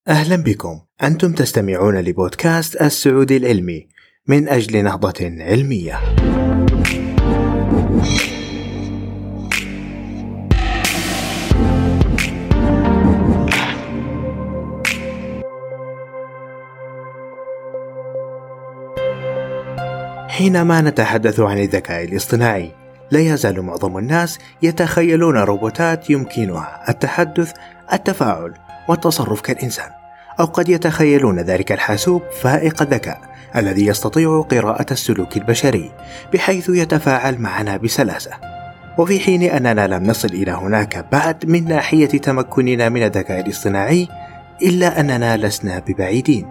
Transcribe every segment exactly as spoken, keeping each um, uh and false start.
أهلا بكم، أنتم تستمعون لبودكاست السعودي العلمي من أجل نهضة علمية. حينما نتحدث عن الذكاء الاصطناعي، لا يزال معظم الناس يتخيلون روبوتات يمكنها التحدث، التفاعل والتصرف كالإنسان، أو قد يتخيلون ذلك الحاسوب فائق الذكاء الذي يستطيع قراءة السلوك البشري بحيث يتفاعل معنا بسلاسة. وفي حين أننا لم نصل إلى هناك بعد من ناحية تمكننا من الذكاء الاصطناعي، إلا أننا لسنا ببعيدين.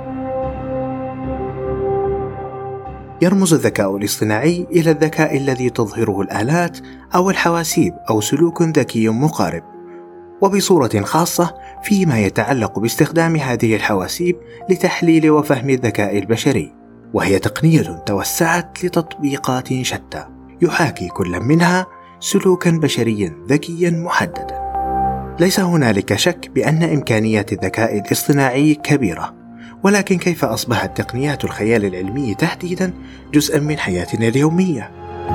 يرمز الذكاء الاصطناعي إلى الذكاء الذي تظهره الآلات أو الحواسيب أو سلوك ذكي مقارب، وبصورة خاصة فيما يتعلق باستخدام هذه الحواسيب لتحليل وفهم الذكاء البشري، وهي تقنية توسعت لتطبيقات شتى يحاكي كل منها سلوكا بشريا ذكيا محددا. ليس هنالك شك بأن إمكانيات الذكاء الاصطناعي كبيرة، ولكن كيف أصبحت تقنيات الخيال العلمي تحديدا جزءا من حياتنا اليومية؟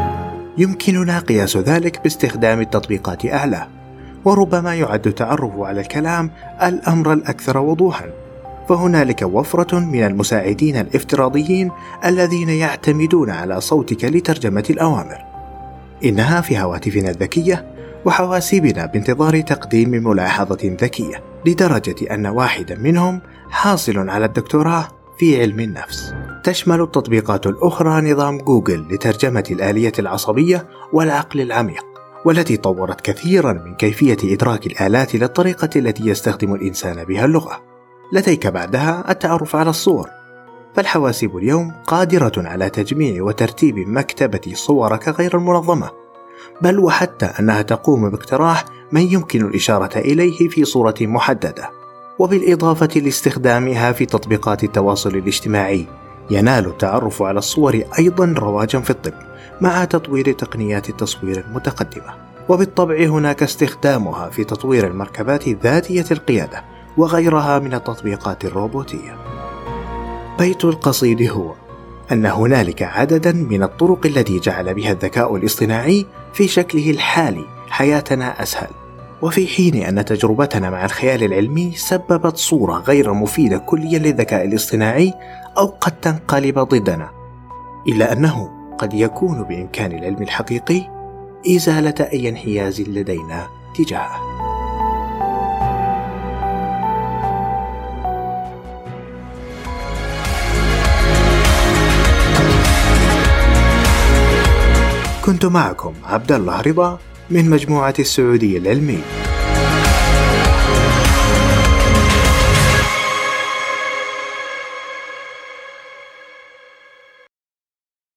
يمكننا قياس ذلك باستخدام التطبيقات أعلى، وربما يعد التعرف على الكلام الأمر الأكثر وضوحا، فهنالك وفرة من المساعدين الافتراضيين الذين يعتمدون على صوتك لترجمة الأوامر. إنها في هواتفنا الذكية وحواسيبنا بانتظار تقديم ملاحظة ذكية، لدرجة أن واحدا منهم حاصل على الدكتوراه في علم النفس. تشمل التطبيقات الأخرى نظام جوجل لترجمة الآلية العصبية والعقل العميق، والتي طورت كثيرا من كيفية إدراك الآلات للطريقة التي يستخدم الإنسان بها اللغة. لديك بعدها التعرف على الصور، فالحواسيب اليوم قادرة على تجميع وترتيب مكتبة صورك غير المنظمة، بل وحتى أنها تقوم باقتراح من يمكن الإشارة إليه في صورة محددة. وبالإضافة لاستخدامها في تطبيقات التواصل الاجتماعي، ينال التعرف على الصور أيضا رواجا في الطب مع تطوير تقنيات التصوير المتقدمة، وبالطبع هناك استخدامها في تطوير المركبات ذاتية القيادة وغيرها من التطبيقات الروبوتية. بيت القصيد هو أن هنالك عددا من الطرق التي جعل بها الذكاء الاصطناعي في شكله الحالي حياتنا أسهل، وفي حين أن تجربتنا مع الخيال العلمي سببت صورة غير مفيدة كليا للذكاء الاصطناعي أو قد تنقلب ضدنا، إلا أنه قد يكون بإمكان العلم الحقيقي إزالة أي انحياز لدينا تجاهه. كنت معكم عبد الله رضا من مجموعة السعودي العلمي.